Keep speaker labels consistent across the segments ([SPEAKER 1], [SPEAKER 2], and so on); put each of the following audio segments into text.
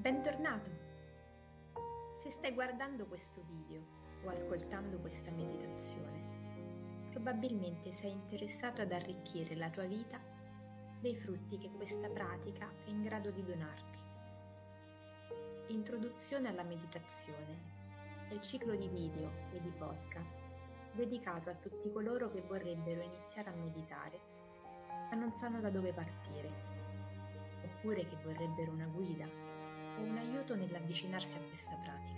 [SPEAKER 1] Bentornato! Se stai guardando questo video o ascoltando questa meditazione, probabilmente sei interessato ad arricchire la tua vita dei frutti che questa pratica è in grado di donarti. Introduzione alla meditazione è il ciclo di video e di podcast dedicato a tutti coloro che vorrebbero iniziare a meditare, ma non sanno da dove partire, oppure che vorrebbero una guida o un aiuto nell'avvicinarsi a questa pratica.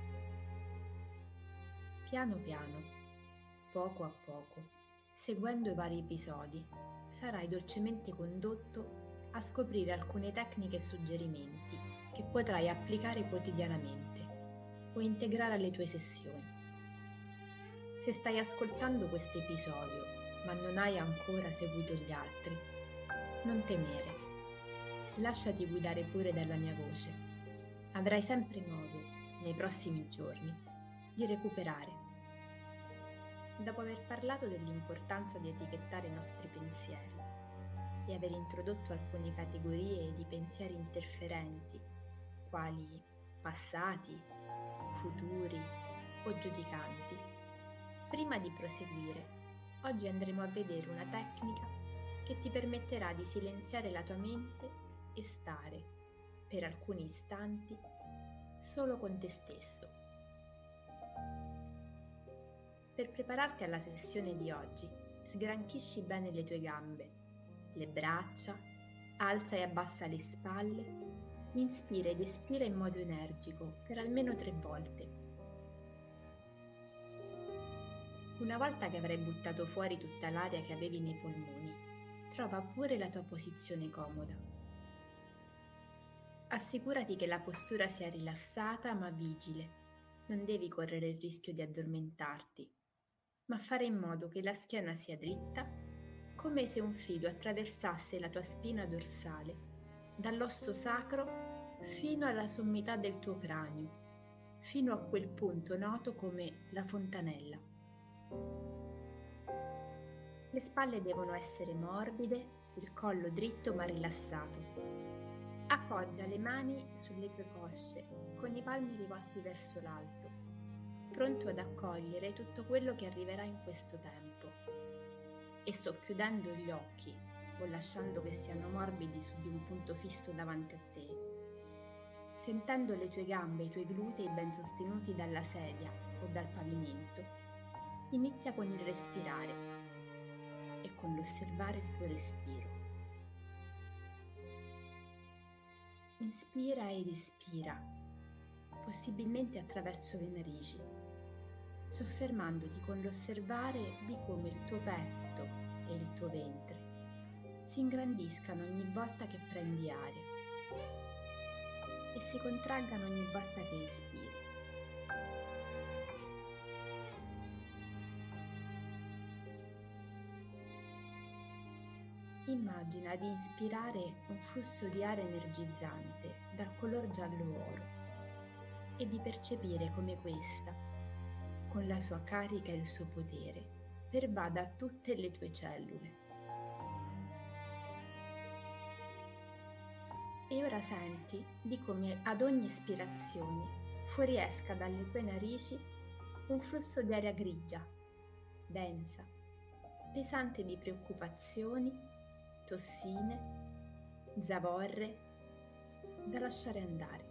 [SPEAKER 1] Piano piano, poco a poco, seguendo i vari episodi, sarai dolcemente condotto a scoprire alcune tecniche e suggerimenti che potrai applicare quotidianamente o integrare alle tue sessioni. Se stai ascoltando questo episodio ma non hai ancora seguito gli altri, non temere. Lasciati guidare pure dalla mia voce. Avrai sempre modo, nei prossimi giorni, di recuperare. Dopo aver parlato dell'importanza di etichettare i nostri pensieri e aver introdotto alcune categorie di pensieri interferenti, quali passati, futuri o giudicanti, prima di proseguire, oggi andremo a vedere una tecnica che ti permetterà di silenziare la tua mente e stare, per alcuni istanti, solo con te stesso. Per prepararti alla sessione di oggi, sgranchisci bene le tue gambe, le braccia, alza e abbassa le spalle, inspira ed espira in modo energico per almeno 3 volte. Una volta che avrai buttato fuori tutta l'aria che avevi nei polmoni, trova pure la tua posizione comoda. Assicurati che la postura sia rilassata ma vigile. Non devi correre il rischio di addormentarti, ma fare in modo che la schiena sia dritta, come se un filo attraversasse la tua spina dorsale, dall'osso sacro fino alla sommità del tuo cranio, fino a quel punto noto come la fontanella. Le spalle devono essere morbide, il collo dritto ma rilassato. Appoggia le mani sulle tue cosce, con i palmi rivolti verso l'alto, pronto ad accogliere tutto quello che arriverà in questo tempo. E socchiudendo gli occhi o lasciando che siano morbidi su di un punto fisso davanti a te, sentendo le tue gambe e i tuoi glutei ben sostenuti dalla sedia o dal pavimento, inizia con il respirare e con l'osservare il tuo respiro. Inspira ed espira, possibilmente attraverso le narici, soffermandoti con l'osservare di come il tuo petto e il tuo ventre si ingrandiscano ogni volta che prendi aria e si contraggano ogni volta che espiri. Immagina di inspirare un flusso di aria energizzante dal color giallo oro e di percepire come questa, con la sua carica e il suo potere, pervada tutte le tue cellule. E ora senti di come ad ogni ispirazione fuoriesca dalle tue narici un flusso di aria grigia, densa, pesante di preoccupazioni, tossine, zavorre, da lasciare andare.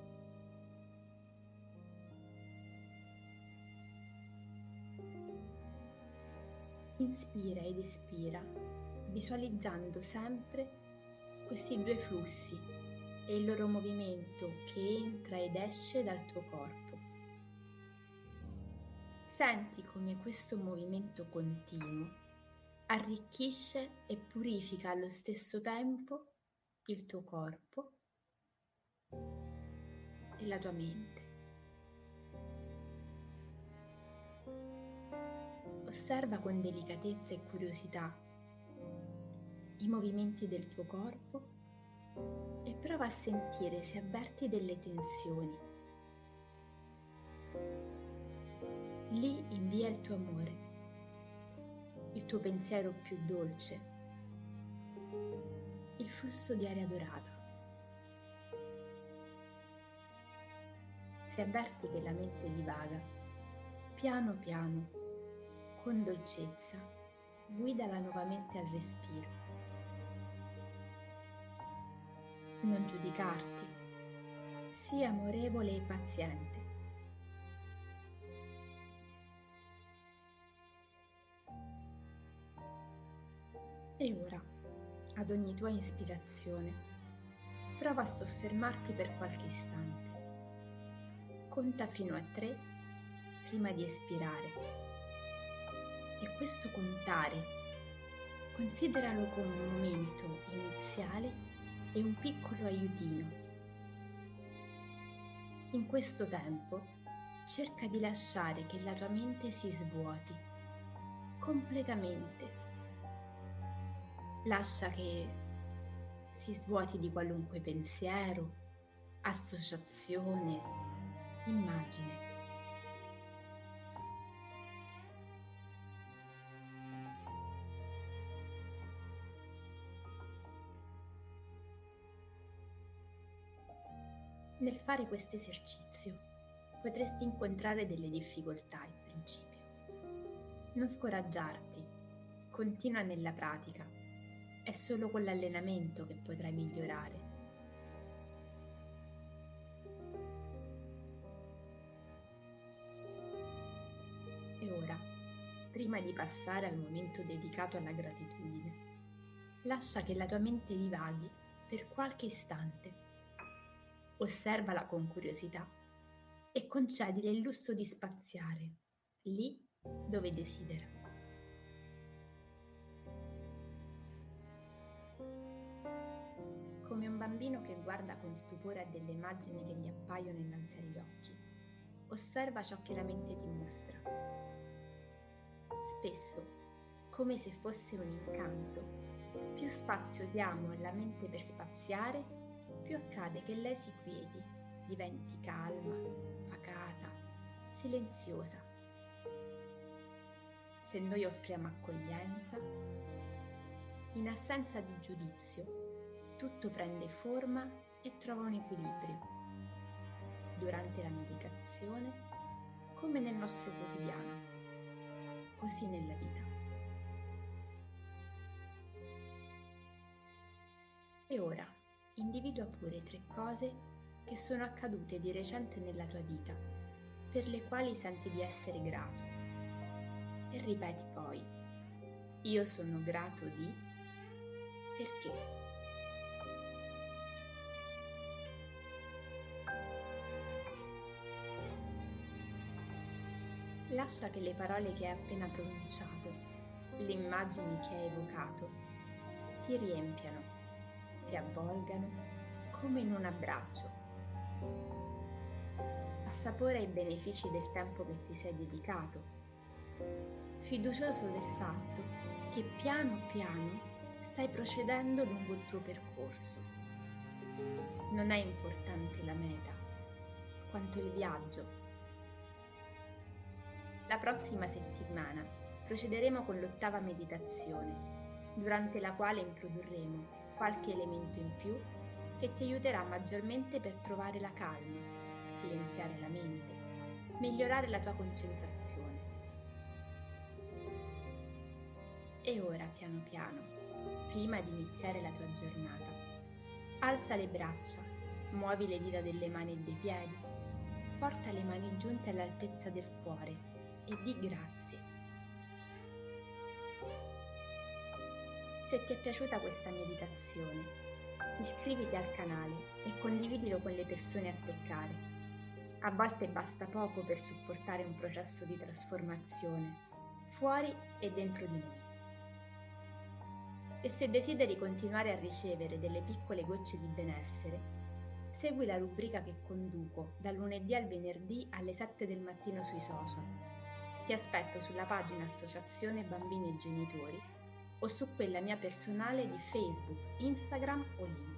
[SPEAKER 1] Inspira ed espira, visualizzando sempre questi 2 flussi e il loro movimento che entra ed esce dal tuo corpo. Senti come questo movimento continuo arricchisce e purifica allo stesso tempo il tuo corpo e la tua mente. Osserva con delicatezza e curiosità i movimenti del tuo corpo e prova a sentire se avverti delle tensioni. Lì invia il tuo amore, il tuo pensiero più dolce, il flusso di aria dorata. se avverti che la mente divaga, piano piano, con dolcezza, guidala nuovamente al respiro. Non giudicarti, sii amorevole e paziente. E ora, ad ogni tua ispirazione, prova a soffermarti per qualche istante. Conta fino a 3 prima di espirare. E questo contare, consideralo come un momento iniziale e un piccolo aiutino. In questo tempo, cerca di lasciare che la tua mente si svuoti completamente. Lascia che si svuoti di qualunque pensiero, associazione, immagine. Nel fare questo esercizio potresti incontrare delle difficoltà al principio. Non scoraggiarti, continua nella pratica. È solo con l'allenamento che potrai migliorare. E ora, prima di passare al momento dedicato alla gratitudine, lascia che la tua mente divaghi per qualche istante. Osservala con curiosità e concedile il lusso di spaziare lì dove desidera. Come un bambino che guarda con stupore a delle immagini che gli appaiono innanzi agli occhi, osserva ciò che la mente ti mostra. Spesso, come se fosse un incanto, più spazio diamo alla mente per spaziare, più accade che lei si quieti, diventi calma, pacata, silenziosa. Se noi offriamo accoglienza, in assenza di giudizio, tutto prende forma e trova un equilibrio. Durante la meditazione, come nel nostro quotidiano, così nella vita. E ora, individua pure 3 cose che sono accadute di recente nella tua vita, per le quali senti di essere grato. E ripeti poi, io sono grato di... perché? Lascia che le parole che hai appena pronunciato, le immagini che hai evocato, ti riempiano, ti avvolgano come in un abbraccio. Assapora i benefici del tempo che ti sei dedicato, fiducioso del fatto che piano piano stai procedendo lungo il tuo percorso. Non è importante la meta, quanto il viaggio. La prossima settimana procederemo con l'8ª meditazione, durante la quale introdurremo qualche elemento in più che ti aiuterà maggiormente per trovare la calma, silenziare la mente, migliorare la tua concentrazione. E ora, piano piano, prima di iniziare la tua giornata, alza le braccia, muovi le dita delle mani e dei piedi, porta le mani giunte all'altezza del cuore e di grazie. Se ti è piaciuta questa meditazione, iscriviti al canale e condividilo con le persone a te care. A volte basta poco per supportare un processo di trasformazione, fuori e dentro di noi. E se desideri continuare a ricevere delle piccole gocce di benessere, segui la rubrica che conduco dal lunedì al venerdì alle 7 del mattino sui social. Ti aspetto sulla pagina Associazione Bambini e Genitori o su quella mia personale di Facebook, Instagram o LinkedIn.